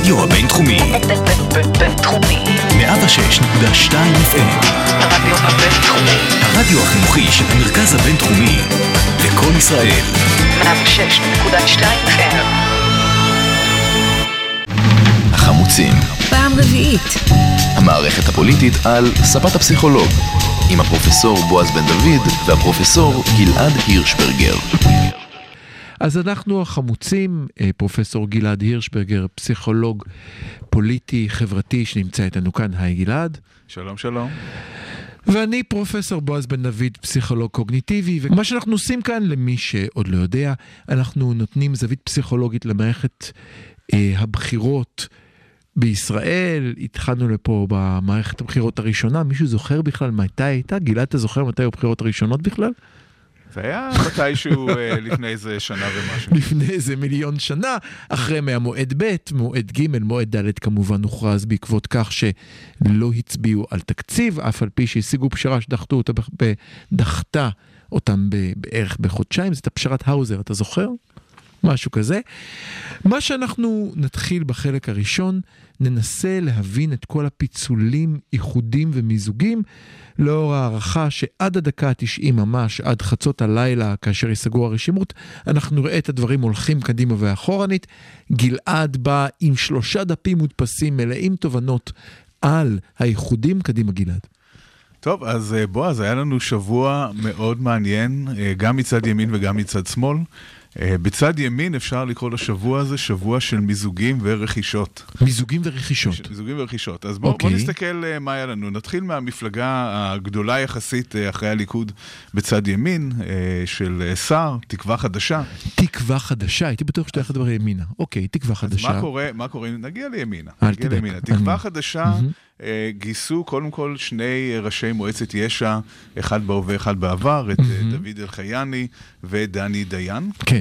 הרדיו הבינתחומי. בינתחומי. 106.2 FM. הרדיו הבינתחומי. הרדיו החינוכי של המרכז הבינתחומי. לקול ישראל. 106.2 FM. החמוצים. פעם רביעית. המערכת הפוליטית על ספת הפסיכולוג. עם הפרופסור בועז בן דוד והפרופסור גלעד הירשברגר. אז אנחנו החמוצים, פרופסור גלעד הירשברגר, פסיכולוג פוליטי חברתי שנמצא איתנו כאן. היי גלעד. שלום שלום. ואני פרופסור בועז בן דוד, פסיכולוג קוגניטיבי, ומה שאנחנו עושים כאן, למי שעוד לא יודע, אנחנו נותנים זווית פסיכולוגית למערכת הבחירות בישראל. התחלנו לפה במערכת הבחירות הראשונה. מישהו זוכר בכלל מתי הייתה? גלעד, אתה זוכר מתי הבחירות הראשונות בכלל? זה היה מתישהו לפני איזה שנה ומשהו. לפני איזה מיליון שנה, אחרי מהמועד ב', מועד ג', מועד ד' כמובן הוכרז בעקבות כך שלא הצביעו על תקציב, אף על פי שהשיגו פשרה שדחתה אותם בערך בחודשיים. זאת הפשרת האוזר, אתה זוכר? משהו כזה. מה שאנחנו נתחיל בחלק הראשון, ננסה להבין את כל הפיצולים, איחודים ומיזוגים, לאור הערכה שעד הדקה ה-90 ממש, עד חצות הלילה, כאשר יסגרו הרשימות, אנחנו נראה את הדברים הולכים קדימה ואחורנית. גלעד בא עם 3 דפים מודפסים מלאים תובנות על האיחודים. קדימה גלעד. טוב, אז בועז, היה לנו שבוע מאוד מעניין, גם מצד ימין וגם מצד שמאל. בצד ימין אפשר לקרוא לשבוע הזה שבוע של מיזוגים ורכישות. מיזוגים ורכישות. מיזוגים ורכישות. אז בוא נסתכל מה היה לנו. נתחיל מהמפלגה הגדולה יחסית אחרי הליכוד בצד ימין, של שר, תקווה חדשה. תקווה חדשה, הייתי בטוח שאתה הולך לדבר ימינה. אוקיי, תקווה חדשה. אז מה קורה? נגיע לימינה. אל תדאג. תקווה חדשה, גייסו קודם כל 2 ראשי מועצת יש"ע, אחד בהווה, אחד בעבר, את דוד אלחייני ודני דיין. כן.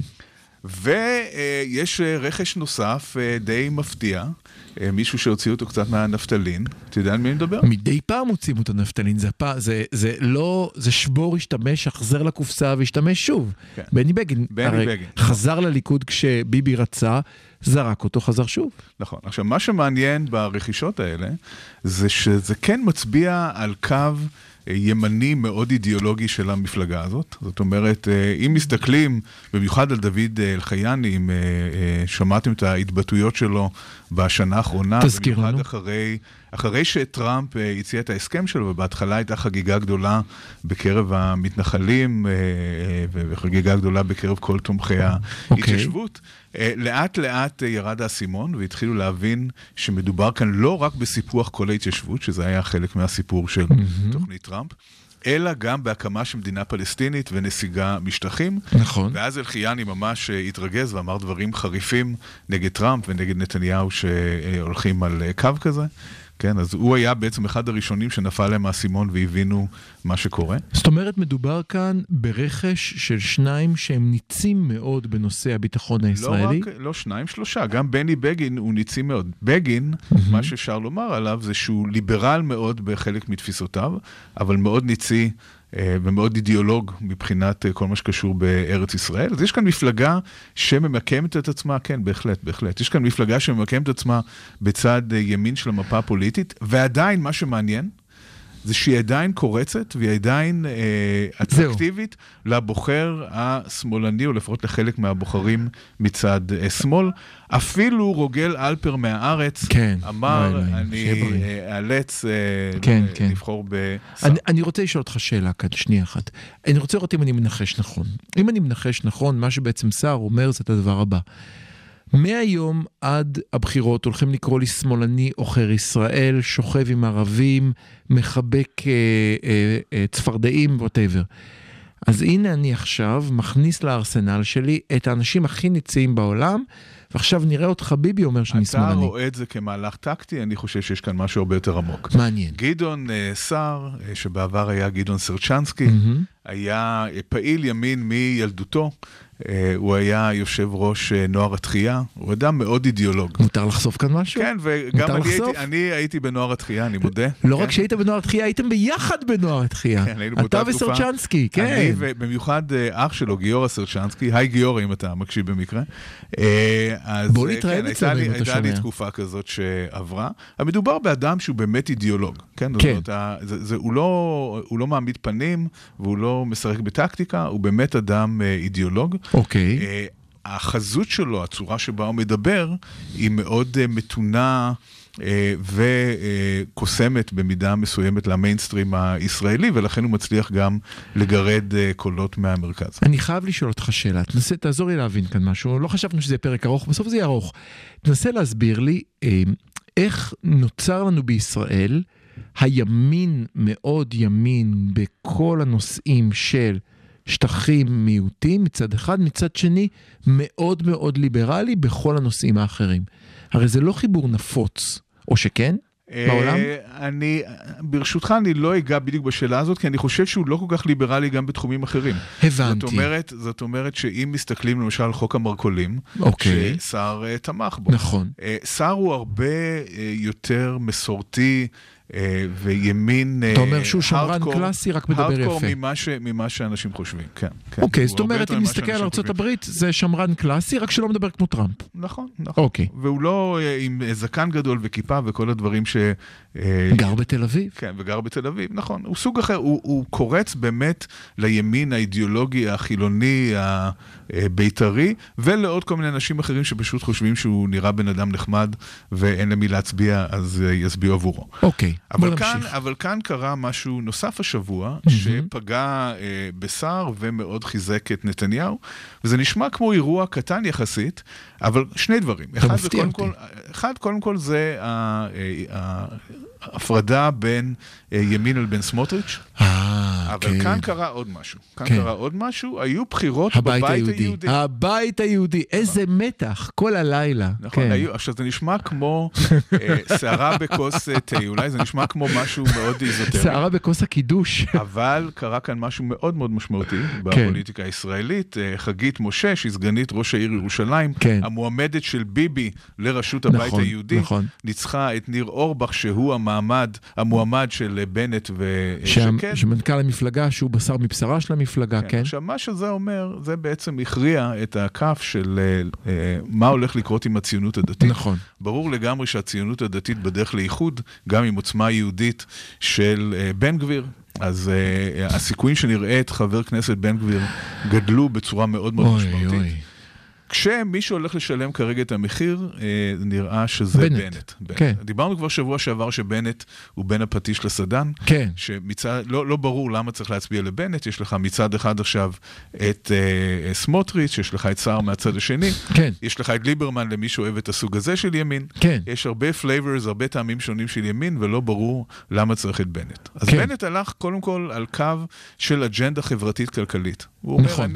ויש רכש נוסף די מפתיע, מישהו שהוציא אותו קצת מהנפטלין. אתה יודע על מי נדבר? מדי פעם הוציאו אותו נפטלין, זה שבור השתמש, החזר לקופסה והשתמש שוב. כן. בני בגין. בני בגין. חזר לליכוד כשביבי רצה, זרק אותו, חזר שוב. נכון. עכשיו, מה שמעניין ברכישות האלה, זה שזה כן מצביע על קו ימני מאוד אידיאולוגי של המפלגה הזאת. זאת אומרת, אם מסתכלים, במיוחד על דוד אלחייני, אם שמעתם את ההתבטאויות שלו בשנה האחרונה, תזכיר לנו. אחרי שטראמפ הציע את ההסכם שלו, ובהתחלה הייתה חגיגה גדולה בקרב המתנחלים, וחגיגה גדולה בקרב כל תומכי ההתיישבות, לאט לאט ירד האסימון, והתחילו להבין שמדובר כאן לא רק בסיפוח כל ההתיישבות, שזה היה חלק מהסיפור של תוכנית טראמפ, אלא גם בהקמה של מדינה פלסטינית ונסיגה משטחים. נכון. ואז אלחייני ממש התרגז ואמר דברים חריפים נגד טראמפ ונגד נתניהו שהולכים על קו כזה. כן, אז הוא היה בעצם אחד הראשונים שנפל להם האסימון והבינו מה שקורה. זאת אומרת, מדובר כאן ברכש של 2 שהם ניצים מאוד בנושא הביטחון הישראלי. לא 2, 3, גם בני בגין הוא ניצי מאוד. בגין, מה שאפשר לומר עליו זה שהוא ליברל מאוד בחלק מתפיסותיו, אבל מאוד ניצי ומאוד אידיאולוג מבחינת כל מה שקשור בארץ ישראל. אז יש כאן מפלגה שממקמת את עצמה, כן, בהחלט. יש כאן מפלגה שממקמת את עצמה בצד ימין של המפה הפוליטית, ועדיין מה שמעניין, זה שהיא עדיין קורצת, והיא עדיין אטרקטיבית לבוחר השמאלני, או לפחות לחלק מהבוחרים מצד שמאל. אפילו רוגל אלפר מהארץ אמר, אני אאלץ לבחור בשר. אני רוצה לשאול אותך שאלה כאן, שנייה אחת. אני רוצה לראות אם אני מנחש נכון. אם אני מנחש נכון, מה שבעצם שר אומר זה את הדבר הבא. מהיום עד הבחירות הולכים לקרוא לי שמאלני עוכר ישראל, שוכב עם ערבים, מחבק צפרדעים, whatever. אז הנה אני עכשיו מכניס לארסנל שלי את האנשים הכי ניציים בעולם, ועכשיו נראה אותך ביבי אומר שאני שמאלני. אתה רואה את זה כמהלך טקטי, אני חושב שיש כאן משהו הרבה יותר עמוק. מעניין. גדעון סער, שבעבר היה גדעון סרצ'נסקי, היה פעיל ימין מילדותו, הוא היה יושב ראש נוער התחייה, הוא אדם מאוד אידיאולוג. מותר לחשוף כאן משהו? כן, וגם אני הייתי בנוער התחייה, אני מודה. לא רק שהיית בנוער התחייה, הייתם ביחד בנוער התחייה. כן, היינו באותה תקופה. אתה וסרצ'נסקי, כן. אני ובמיוחד אח שלו, גיורא סרצ'נסקי, היי גיורא אם אתה מקשיב במקרה. בוא נתראה אצלנו אם אתה שומע. הייתה לי תקופה כזאת שעברה. המדובר באדם שהוא באמת אידיאולוג. כן. הוא לא מעמיד פנים, והוא לא משחק בטקטיקה, הוא באמת אדם אידיאולוג. אוקיי. החזות שלו, הצורה שבה הוא מדבר, היא מאוד מתונה וקוסמת במידה מסוימת למיינסטרים הישראלי, ולכן הוא מצליח גם לגרד קולות מהמרכז. אני חייב לשאול אותך שאלה, תעזור לי להבין כאן משהו, לא חשבנו שזה פרק ארוך, בסוף זה יהיה ארוך. תנסה להסביר לי איך נוצר לנו בישראל הימין מאוד ימין בכל הנושאים של שטחים מיעוטים מצד אחד, מצד שני מאוד מאוד ליברלי בכל הנושאים האחרים. הרי זה לא חיבור נפוץ, או שכן? בעולם? ברשותך אני לא אגע בדיוק בשאלה הזאת, כי אני חושב שהוא לא כל כך ליברלי גם בתחומים אחרים. הבנתי. זאת אומרת שאם מסתכלים למשל על חוק המרכולים, ששר תמך בו. נכון. שר הוא הרבה יותר מסורתי, וימין אתה אומר שהוא שמרן קלאסי, רק מדבר יפה. הארדקור ממה שאנשים חושבים, כן. אוקיי, זאת אומרת, אם נסתכל על ארצות הברית, זה שמרן קלאסי, רק שלא מדבר כמו טראמפ. נכון. אוקיי. והוא לא עם זקן גדול וכיפה וכל הדברים ש... גר בתל אביב. כן, וגר בתל אביב, נכון. הוא סוג אחר, הוא קורץ באמת לימין האידיאולוגי, החילוני, הבית"רי, ולעוד כל מיני אנשים אחרים שפשוט חושבים שהוא נראה בן אדם נחמד, ואין למי להצביע, אז יצביעו עבורו. אוקיי. אבל כאן קרה משהו נוסף השבוע, שפגע בשר ומאוד חיזק את נתניהו, וזה נשמע כמו אירוע קטן יחסית, אבל שני דברים. אחד, קודם כל, זה ההפרדה בין ימין לבין סמוטריץ'. אבל כאן קרה עוד משהו. היו בחירות בבית היהודי. הבית היהודי, איזה מתח, כל הלילה. נכון, עכשיו זה נשמע כמו שערה בכוס תה, אולי זה נשמע כמו משהו מאוד איזוטרי. שערה בכוס הקידוש. אבל קרה כאן משהו מאוד מאוד משמעותי בפוליטיקה הישראלית. חגית משה, שהיא סגנית ראש העיר ירושלים, המועמדת של ביבי לראשות הבית היהודי, ניצחה את ניר אורבך, שהוא המועמד של בנט ושקד. שמנכ"ל המפלגה, שהוא בשר מבשרה של המפלגה, כן? עכשיו, מה שזה אומר, זה בעצם הכריע את הכף של מה הולך לקרות עם הציונות הדתית. נכון. ברור לגמרי שהציונות הדתית בדרך לאיחוד, גם עם עוצמה יהודית של בן גביר. אז הסיכויים שנראה את חבר כנסת בן גביר גדלו בצורה מאוד מאוד משמעותית. כשמישהו הולך לשלם כרגע את המחיר, נראה שזה בנט. כן. דיברנו כבר שבוע שעבר שבנט הוא בין הפטיש לסדן. כן. לא ברור למה צריך להצביע לבנט. יש לך מצד אחד עכשיו את סמוטריץ', יש לך את שר מהצד השני. כן. יש לך את ליברמן למי שאוהב את הסוג הזה של ימין. כן. יש הרבה פלייברס, הרבה טעמים שונים של ימין, ולא ברור למה צריך את בנט. אז כן. בנט הלך קודם כל על קו של אג'נדה חברתית-כלכלית. הוא אומר, נכון.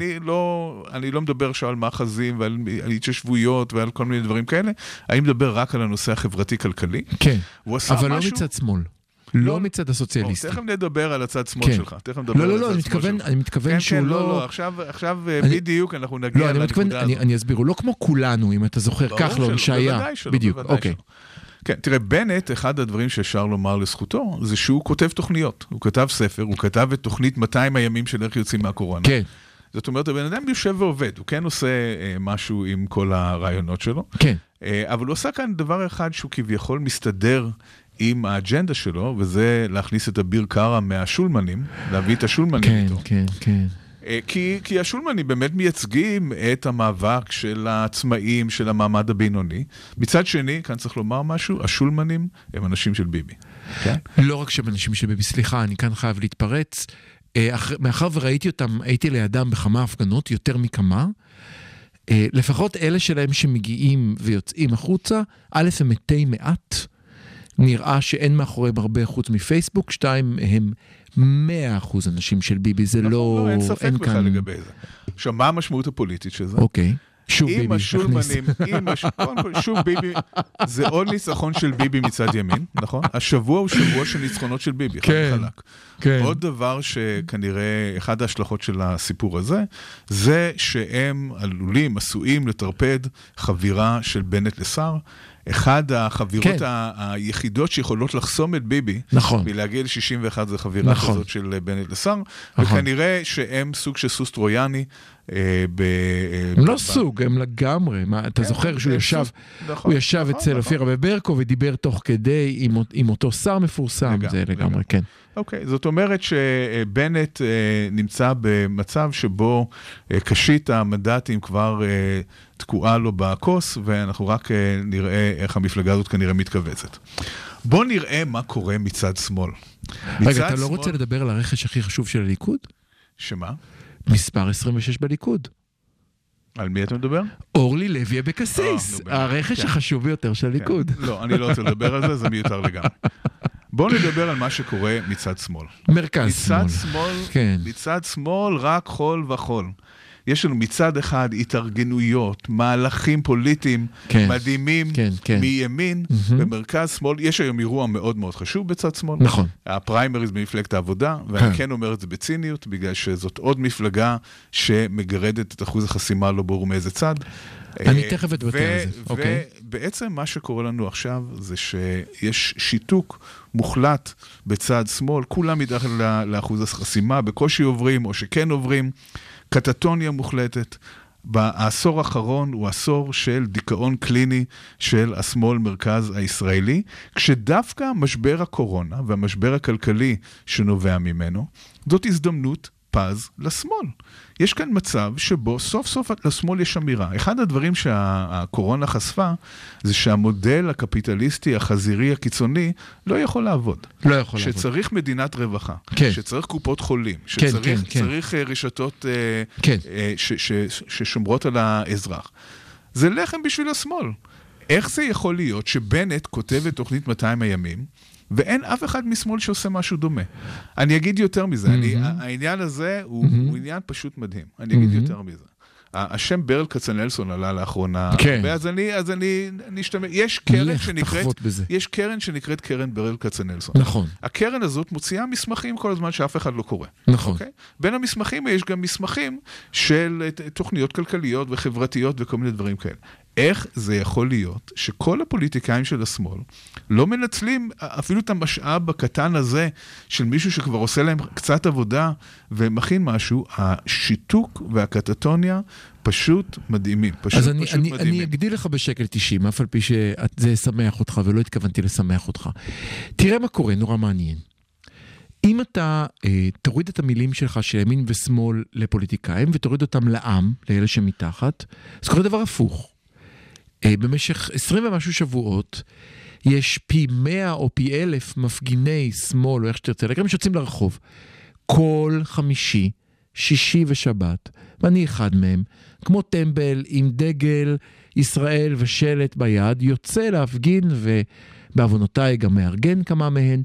אני לא מדבר עכשיו על מאחזים ועל התיישבויות ועל כל מיני דברים כאלה, אני מדבר רק על הנושא החברתי-כלכלי. כן, אבל לא מצד שמאל. לא מצד הסוציאליסטי. תכף נדבר על הצד שמאל שלך. לא, אני מתכוון שהוא לא... עכשיו בדיוק אנחנו נגיע לנקודה הזאת. אני אסביר, הוא לא כמו כולנו, אם אתה זוכר, כחלון שהיה. בדיוק, אוקיי. כן, תראה, בנט, אחד הדברים שאפשר לומר לזכותו, זה שהוא כותב תוכניות. הוא כתב ספר, הוא כתב את תוכנית 200 הימים של איך יוצאים מהקורונה. כן. זאת אומרת, הבן אדם יושב ועובד, הוא כן עושה משהו עם כל הרעיונות שלו. כן. אבל הוא עושה כאן דבר אחד שהוא כביכול מסתדר עם האג'נדה שלו, וזה להכניס את אביר קארה מהשולמנים, להביא את השולמנים איתו. כן, כן. כי השולמנים באמת מייצגים את המאבק של העצמאים, של המעמד הבינוני. מצד שני, כאן צריך לומר משהו, השולמנים הם אנשים של ביבי. כן? לא רק שהם אנשים של ביבי, סליחה, אני כאן חייב להתפרץ. מאחר וראיתי אותם, הייתי לידם בכמה הפגנות, יותר מכמה, לפחות אלה שלהם שמגיעים ויוצאים החוצה, א' הם מתי מעט, נראה שאין מאחוריהם הרבה חוץ מפייסבוק, 2 הם 100% אנשים של ביבי, זה לא... אין ספק בכלל לגבי זה. עכשיו, מה המשמעות הפוליטית של זה? אוקיי. שוב ביבי, עם השולמנים, קודם כל, שוב ביבי, זה עוד ניצחון של ביבי מצד ימין, נכון? השבוע הוא שבוע של ניצחונות של ביבי, כן, חד וחלק. כן. עוד דבר שכנראה, אחד ההשלכות של הסיפור הזה, זה שהם עשויים לטרפד חבירה של בנט לשר, אחד החבירות היחידות שיכולות לחסום את ביבי, מלהגיע ל-61 זה חבירה כזאת של בנט לשר, וכנראה שהם סוג של סוס טרויאני. הם לא סוג, הם לגמרי. אתה זוכר שהוא ישב אצל אופירה בברקו ודיבר תוך כדי עם אותו שר מפורסם, זה לגמרי, כן. אוקיי, זאת אומרת שבנט נמצא במצב שבו קשית המנדטים כבר תקועה לו בכוס, ואנחנו רק נראה איך המפלגה הזאת כנראה מתכווצת. בוא נראה מה קורה מצד שמאל. רגע, אתה לא רוצה לדבר על הרכש הכי חשוב של הליכוד? שמה? מספר 26 בליכוד. על מי אתה מדבר? אורלי לוי אבקסיס, הרכש החשוב ביותר של הליכוד. לא, אני לא רוצה לדבר על זה, זה מיותר לגמרי. בואו נדבר על מה שקורה מצד שמאל. מרכז שמאל. מצד שמאל רק חול וחול. יש לנו מצד אחד התארגנויות, מהלכים פוליטיים מדהימים מימין, במרכז שמאל. יש היום אירוע מאוד מאוד חשוב בצד שמאל. נכון. הפריימריז במפלגת העבודה, ואני כן אומר את זה בציניות, בגלל שזאת עוד מפלגה שמגרדת את אחוז החסימה, לא ברור מאיזה צד. אני תכף אתבטא על זה. ובעצם מה שקורה לנו עכשיו זה שיש שיתוק מוחלט בצד שמאל, כולם מתחת לאחוז החסימה, בקושי עוברים או שכן עוברים, קטטוניה מוחלטת. בעשור האחרון הוא עשור של דיכאון קליני של השמאל מרכז הישראלי, כשדווקא משבר הקורונה והמשבר הכלכלי שנובע ממנו, זאת הזדמנות פז לשמאל. יש כאן מצב שבו סוף סוף לשמאל יש אמירה. אחד הדברים שהקורונה חשפה, זה שהמודל הקפיטליסטי, החזירי, הקיצוני, לא יכול לעבוד. לא יכול לעבוד. שצריך מדינת רווחה, שצריך קופות חולים, שצריך רשתות ששומרות על האזרח. זה לחם בשביל השמאל. איך זה יכול להיות שבנט כותב את תוכנית 200 הימים, ואין אף אחד משמאל שעושה משהו דומה. אני אגיד יותר מזה, העניין הזה הוא עניין פשוט מדהים. אני אגיד יותר מזה. השם ברל כצנלסון עלה לאחרונה, אז אני אשתמש, יש קרן שנקראת קרן ברל כצנלסון. נכון. הקרן הזאת מוציאה מסמכים כל הזמן שאף אחד לא קורא. נכון. בין המסמכים יש גם מסמכים של תוכניות כלכליות וחברתיות וכל מיני דברים כאלה. איך זה יכול להיות שכל הפוליטיקאים של השמאל לא מנצלים אפילו את המשאב הקטן הזה של מישהו שכבר עושה להם קצת עבודה ומכין משהו? השיתוק והקטטוניה פשוט מדהימים. אז אני אגדיל לך בשקל 90, אף על פי שזה ישמח אותך ולא התכוונתי לשמח אותך. תראה מה קורה, נורא מעניין. אם אתה תוריד את המילים שלך של ימין ושמאל לפוליטיקאים ותוריד אותם לעם, לאלה שמתחת, אז קורה דבר הפוך. במשך 20 ומשהו שבועות, יש פי 100 או פי 1000 מפגיני שמאל, או איך שתרצה, לגמרי שיוצאים לרחוב. כל חמישי, שישי ושבת, ואני אחד מהם, כמו טמבל עם דגל ישראל ושלט ביד, יוצא להפגין, ובעוונותיי גם מארגן כמה מהן,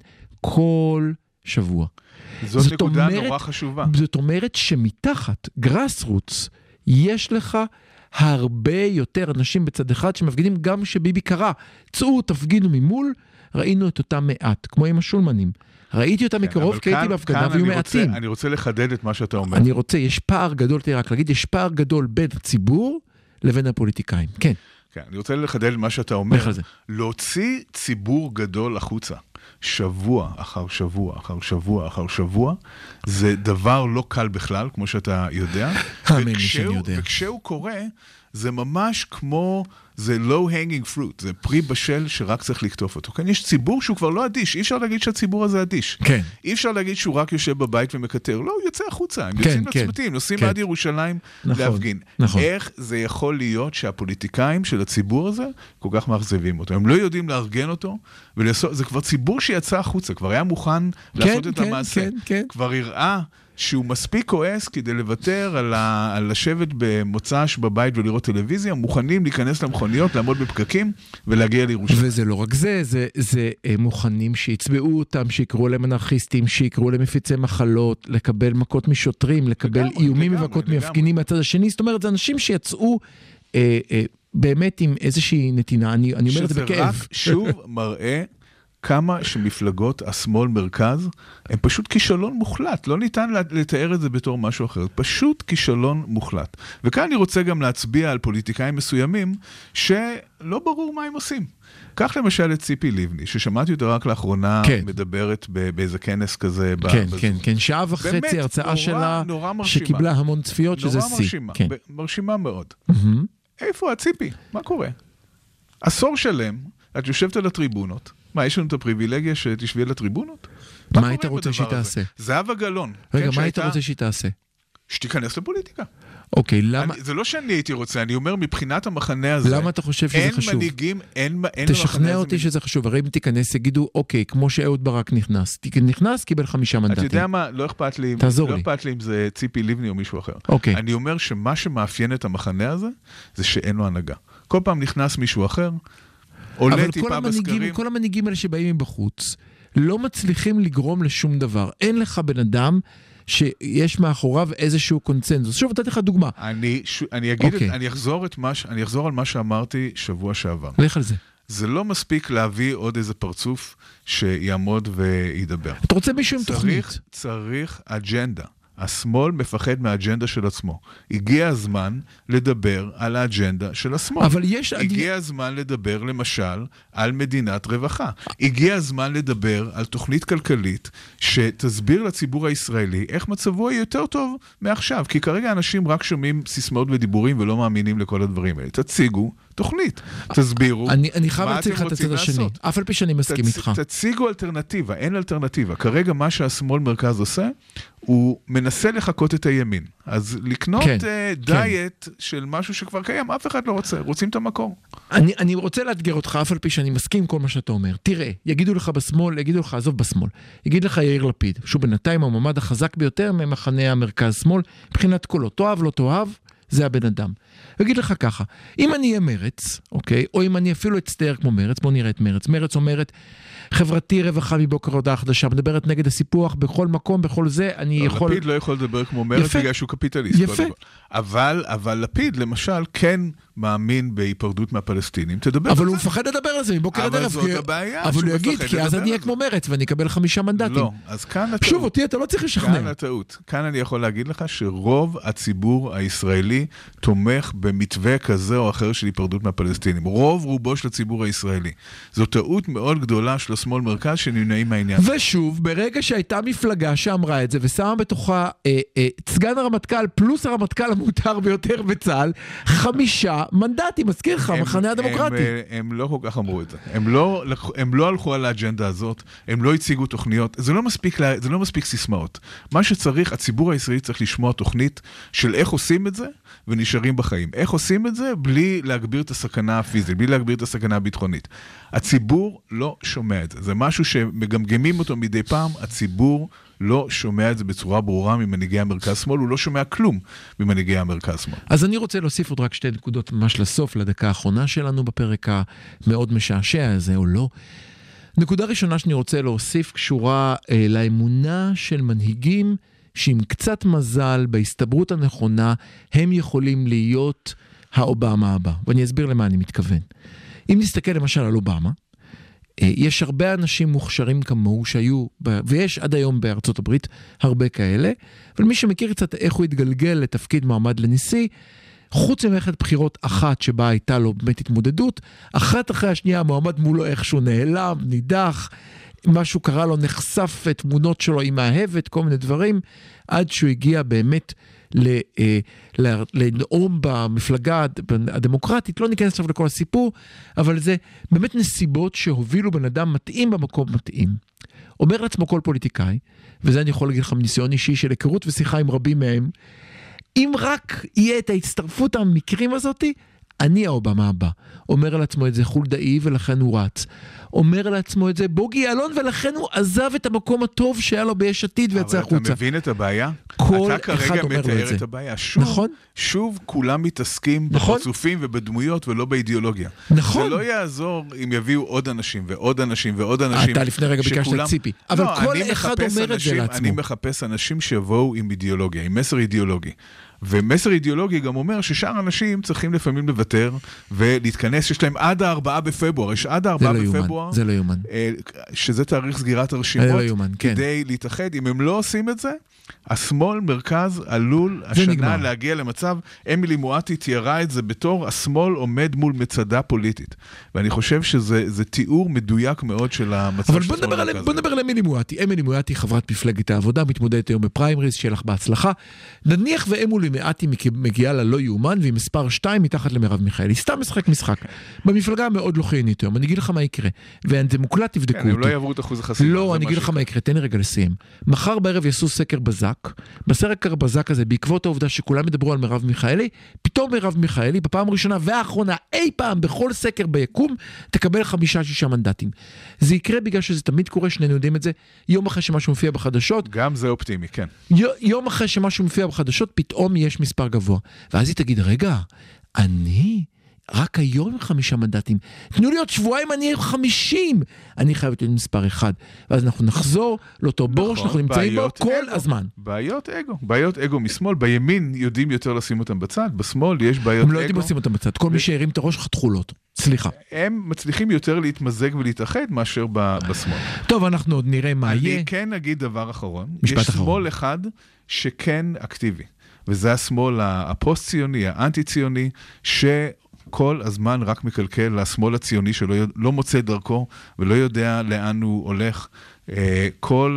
כל שבוע. זאת נקודה נורא חשובה. זאת אומרת שמתחת, גראסרוטס, יש לך הרבה יותר אנשים בצד אחד שמפגינים גם שביבי קרא. צאו, תפגינו ממול, ראינו את אותם מעט, כמו עם השולמנים. ראיתי אותם מקרוב, כי הייתי בהפגנה והיו מעטים. אני רוצה לחדד את מה שאתה אומר. אני רוצה, יש פער גדול, תראה רק להגיד, יש פער גדול בין הציבור לבין הפוליטיקאים. כן. כן, אני רוצה לחדד מה שאתה אומר. להוציא ציבור גדול החוצה, שבוע אחר שבוע אחר שבוע אחר שבוע, זה דבר לא קל בכלל, כמו שאתה יודע. וכשהוא קורה, זה ממש כמו, זה low hanging fruit, זה פרי בשל שרק צריך לקטוף אותו. כן, יש ציבור שהוא כבר לא אדיש, אי אפשר להגיד שהציבור הזה אדיש. כן. אי אפשר להגיד שהוא רק יושב בבית ומקטר, לא, הוא יוצא החוצה, הם יוצאים לצמתים, נוסעים עד ירושלים להפגין. איך זה יכול להיות שהפוליטיקאים של הציבור הזה כל כך מאכזבים אותו? הם לא יודעים לארגן אותו, זה כבר ציבור שיצא החוצה, כבר היה מוכן לעשות את המעשה. כבר הראה שהוא מספיק כועס כדי לוותר על לשבת במוצ"ש בבית ולראות טלוויזיה, מוכנים להיכנס למכוניות, לעמוד בפקקים ולהגיע לירושלים. וזה לא רק זה, זה מוכנים שיצבעו אותם, שיקראו להם אנרכיסטים, שיקראו להם מפיצי מחלות, לקבל מכות משוטרים, לקבל איומים ומכות מהפגינים מהצד השני. זאת אומרת, זה אנשים שיצאו באמת עם איזושהי נתינה, אני אומר את זה בכאב. שזה רק שוב מראה כמה שמפלגות השמאל מרכז, הם פשוט כישלון מוחלט, לא ניתן לתאר את זה בתור משהו אחר, פשוט כישלון מוחלט. וכאן אני רוצה גם להצביע על פוליטיקאים מסוימים, שלא ברור מה הם עושים. כך למשל את ציפי לבני, ששמעתי אותה רק לאחרונה, מדברת באיזה כנס כזה. כן, שעה וחצי הרצאה שלה, שקיבלה המון צפיות, שזה סי. מרשימה מאוד. איפה הציפי? מה קורה? עשור שלם, את יושבת על הטריבונות, מה, יש לנו את הפריבילגיה שתשבי על הטריבונות? מה היית רוצה שהיא תעשה? זהבה גלאון. רגע, מה היית רוצה שהיא תעשה? שתיכנס לפוליטיקה. אוקיי, למה? זה לא שאני הייתי רוצה, אני אומר מבחינת המחנה הזה. למה אתה חושב שזה חשוב? אין מנהיגים, אין תשכנע אותי שזה חשוב, הרי אם תיכנס, יגידו, אוקיי, כמו שאהוד ברק נכנס, קיבל 5 מנדטים. אתה יודע מה, לא אכפת לי אם זה ציפי לבני או מישהו אחר. אוקיי. אני אומר שמה שמאפיין את המחנה הזה, זה שאין לו הנהגה. כל פעם נכנס מישהו אחר, עולה טיפה בסקרים. כל המנהיגים האלה שבאים מבחוץ, לא מצליחים לגרום לשום דבר. אין לך בן אדם שיש מאחוריו איזשהו קונצנזוס. שוב, נתתי לך דוגמה. אני אחזור על מה שאמרתי שבוע שעבר. לך על זה. זה לא מספיק להביא עוד איזה פרצוף שיעמוד וידבר. אתה רוצה מישהו עם תוכנית? צריך אג'נדה. השמאל מפחד מהאג'נדה של עצמו. הגיע הזמן לדבר על האג'נדה של השמאל. הגיע הזמן לדבר למשל על מדינת רווחה. הגיע הזמן לדבר על תוכנית כלכלית שתסביר לציבור הישראלי איך מצבו יהיה יותר טוב מעכשיו. כי כרגע אנשים רק שומעים סיסמאות ודיבורים ולא מאמינים לכל הדברים האלה. תציגו תוכנית. תסבירו אני חייב להציג לך את הצד השני. אף על פי שאני מסכים איתך. תציגו אלטרנטיבה, אין אלטרנטיבה. כרגע מה שהשמאל מרכז עושה, הוא מנסה לחכות את הימין. אז לקנות דיאט של משהו שכבר קיים, אף אחד לא רוצה. רוצים את המקור. אני רוצה לאתגר אותך, אף על פי שאני מסכים כל מה שאתה אומר. תראה, יגידו לך בשמאל, יגידו לך, עזוב בשמאל. יגיד לך יאיר לפיד, שהוא בינתיים המועמד החזק ביותר ממחנה המרכז-שמאל, מבחינת קולו. תאהב, לא תאהב, זה הבן אדם. אגיד לך ככה, אם אני אהיה מרץ, אוקיי, או אם אני אפילו אצטער כמו מרץ, בוא נראה את מרץ. מרץ אומרת, חברתי רווחה מבוקר הודעה חדשה, מדברת נגד הסיפוח בכל מקום, בכל זה, אני יכול... לפיד לא יכול לדבר כמו מרץ, בגלל שהוא קפיטליסט. יפה. אבל לפיד, למשל, כן מאמין בהיפרדות מהפלסטינים, תדבר אבל הוא מפחד לדבר על זה, מבוקר עד ערב. אבל זאת הבעיה. אבל הוא יגיד, כי אז אני אהיה כמו מרץ, ואני אקבל 5 מנדטים. לא, אז כאן הטעות. שוב, אותי אתה לא צריך לשכנע. כאן הטעות. כאן אני יכול להגיד לך שרוב הציבור הישראלי תומך במתווה כזה או אחר של היפרדות מהפלסטינים. רוב רובו של הציבור הישראלי. זו טעות מאוד גדולה של השמאל מרכז שנמנעים מהעניין. ושוב, ברגע שהייתה מפלגה שאמרה את זה, ושמה בתוכה סגן הרמטכ"ל פלוס הרמטכ"ל המותר ביותר בצה"ל, 5 מנדטים, מזכיר לך, המחנה הדמוקרטי. הם לא כל כך אמרו את זה. הם לא הלכו על האג'נדה הזאת, הם לא הציגו תוכניות. זה לא מספיק סיסמאות. מה שצריך, הציבור הישראלי צריך לשמוע תוכנית של איך עושים את זה, ונשארים בחיים. איך עושים את זה? בלי להגביר את הסכנה הפיזית, בלי להגביר את הסכנה הביטחונית. הציבור לא שומע את זה. זה משהו שמגמגמים אותו מדי פעם, הציבור לא שומע את זה בצורה ברורה ממנהיגי המרכז-שמאל, הוא לא שומע כלום ממנהיגי המרכז-שמאל. אז אני רוצה להוסיף עוד רק 2 נקודות ממש לסוף, לדקה האחרונה שלנו בפרק המאוד משעשע הזה, או לא. נקודה ראשונה שאני רוצה להוסיף קשורה לאמונה של מנהיגים, שעם קצת מזל, בהסתברות הנכונה, הם יכולים להיות האובמה הבא. ואני אסביר למה אני מתכוון. אם נסתכל למשל על אובמה, יש הרבה אנשים מוכשרים כמוהו שהיו, ויש עד היום בארצות הברית הרבה כאלה, אבל מי שמכיר קצת איך הוא התגלגל לתפקיד מועמד לנשיא, חוץ ממערכת בחירות אחת שבה הייתה לו באמת התמודדות, אחת אחרי השנייה המועמד מולו איכשהו נעלם, נידח, משהו קרה לו, נחשף תמונות שלו עם מאהבת, כל מיני דברים, עד שהוא הגיע באמת לנאום במפלגה הדמוקרטית. לא ניכנס עכשיו לכל הסיפור, אבל זה באמת נסיבות שהובילו בן אדם מתאים במקום מתאים. אומר לעצמו כל פוליטיקאי, וזה אני יכול להגיד לך מניסיון אישי של היכרות ושיחה עם רבים מהם, אם רק יהיה את ההצטרפות המקרים הזאת, אני האובמה הבא. אומר על עצמו את זה חולדאי ולכן הוא רץ. אומר לעצמו את זה בוגי יעלון, ולכן הוא עזב את המקום הטוב שהיה לו ביש עתיד ויצא החוצה. אבל אתה מבין את הבעיה? כל אתה אחד כרגע אומר לו את מתאר זה. את הבעיה. נכון? שוב כולם מתעסקים נכון? בפרצופים ובדמויות ולא באידיאולוגיה. נכון. זה לא יעזור אם יביאו עוד אנשים ועוד אנשים ועוד אנשים. אתה לפני רגע ביקשת שכולם... ציפי. אבל לא, כל אחד אומר את זה לעצמו. אני מחפש אנשים שיבואו עם אידיאולוגיה, עם מסר אידיאולוגי. ומסר אידיאולוגי גם אומר ששאר אנשים צריכים לפעמים לוותר ולהתכנס, יש להם עד 4 בפברואר, יש עד 4 בפברואר, זה לא יומן. שזה תאריך סגירת הרשימות, זה לא יומן, כן. כדי להתאחד. אם הם לא עושים את זה, השמאל מרכז עלול השנה להגיע למצב, אמילי מואטי תיארה את זה בתור, השמאל עומד מול מצדה פוליטית. ואני חושב שזה תיאור מדויק מאוד של המצב. אבל בוא נדבר על אמילי מואטי. אמילי מואטי, חברת מפלגת העבודה, מתמודדת היום בפריימריז, שיהיה לך בהצלחה. נניח ואמילי מואטי מגיעה ללא יאומן, והיא מספר 2 מתחת למרב מיכאלי. סתם משחק. במפלגה מאוד לא חיונית היום. אני אגיד לך מה יקרה. וזה מוקלט, תבדקו אותי. הם לא יעברו את אחוז החסימה. לא, אני אגיד לך מה יקרה. תן לי רגע לסיים. מחר בערב יעשו סקר בזק. בסקר בזק הזה, בעקבות העובדה שכולם מדברו על מרב מיכאלי, פתאום מרב מיכאלי, בפעם הראשונה והאחרונה, אי פעם, בכל סקר ביקום, תקבל 5-6 מנדטים. זה יקרה בגלל שזה תמיד קורה, שנינו יודעים את זה, יום אחרי שמשהו מופיע בחדשות. גם זה אופטימי, כן. יום אחרי שמשהו מופיע בחדשות, פתאום יש מספר גבוה. ואז היא תגיד, רגע, אני רק היום עם 5 מנדטים. תנו לי עוד שבועיים, אני עם 50. אני חייבת להיות מספר 1. ואז אנחנו נחזור לאותו בור שאנחנו נמצאים בו כל הזמן. בעיות אגו משמאל. בימין יודעים יותר לשים אותם בצד. בשמאל יש בעיות אגו. הם לא יודעים לשים אותם בצד. כל מי שהרים את הראש חתכו לו אותו. סליחה. הם מצליחים יותר להתמזג ולהתאחד מאשר בשמאל. טוב, אנחנו עוד נראה מה יהיה. אני כן אגיד דבר אחרון. משפט יש אחרון. שמאל אחד שכן אקטיבי. וזה השמאל הפוסט-ציוני, האנטי-ציוני, כל הזמן רק מקלקל לשמאל הציוני שלא לא מוצא דרכו ולא יודע לאן הוא הולך. כל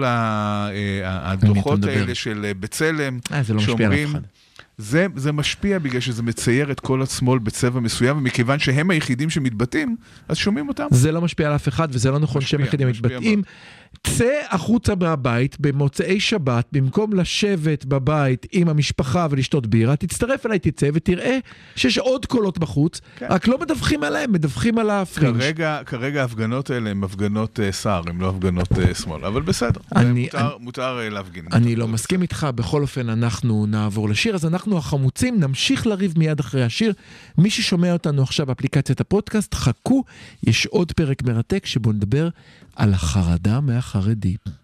הדוחות האלה של בצלם שאומרים, זה משפיע בגלל שזה מצייר את כל השמאל בצבע מסוים, ומכיוון שהם היחידים שמתבטאים, אז שומעים אותם. זה לא משפיע על אף אחד, וזה לא נכון שהם היחידים מתבטאים. צא החוצה מהבית במוצאי שבת, במקום לשבת בבית עם המשפחה ולשתות בירה, תצטרף אליי, תצא ותראה שיש עוד קולות בחוץ, רק לא מדווחים עליהם, מדווחים על הפרינג'. כרגע ההפגנות האלה הן הפגנות שר, הן לא הפגנות שמאל, אבל בסדר, מותר להפגין. אני לא מסכים איתך, בכל אופן אנחנו נעבור לשיר, אז אנחנו החמוצים, נמשיך לריב מיד אחרי השיר. מי ששומע אותנו עכשיו באפליקציית הפודקאסט, חכו, יש עוד פרק מרתק שבו נדבר על החרדה מהחרדים.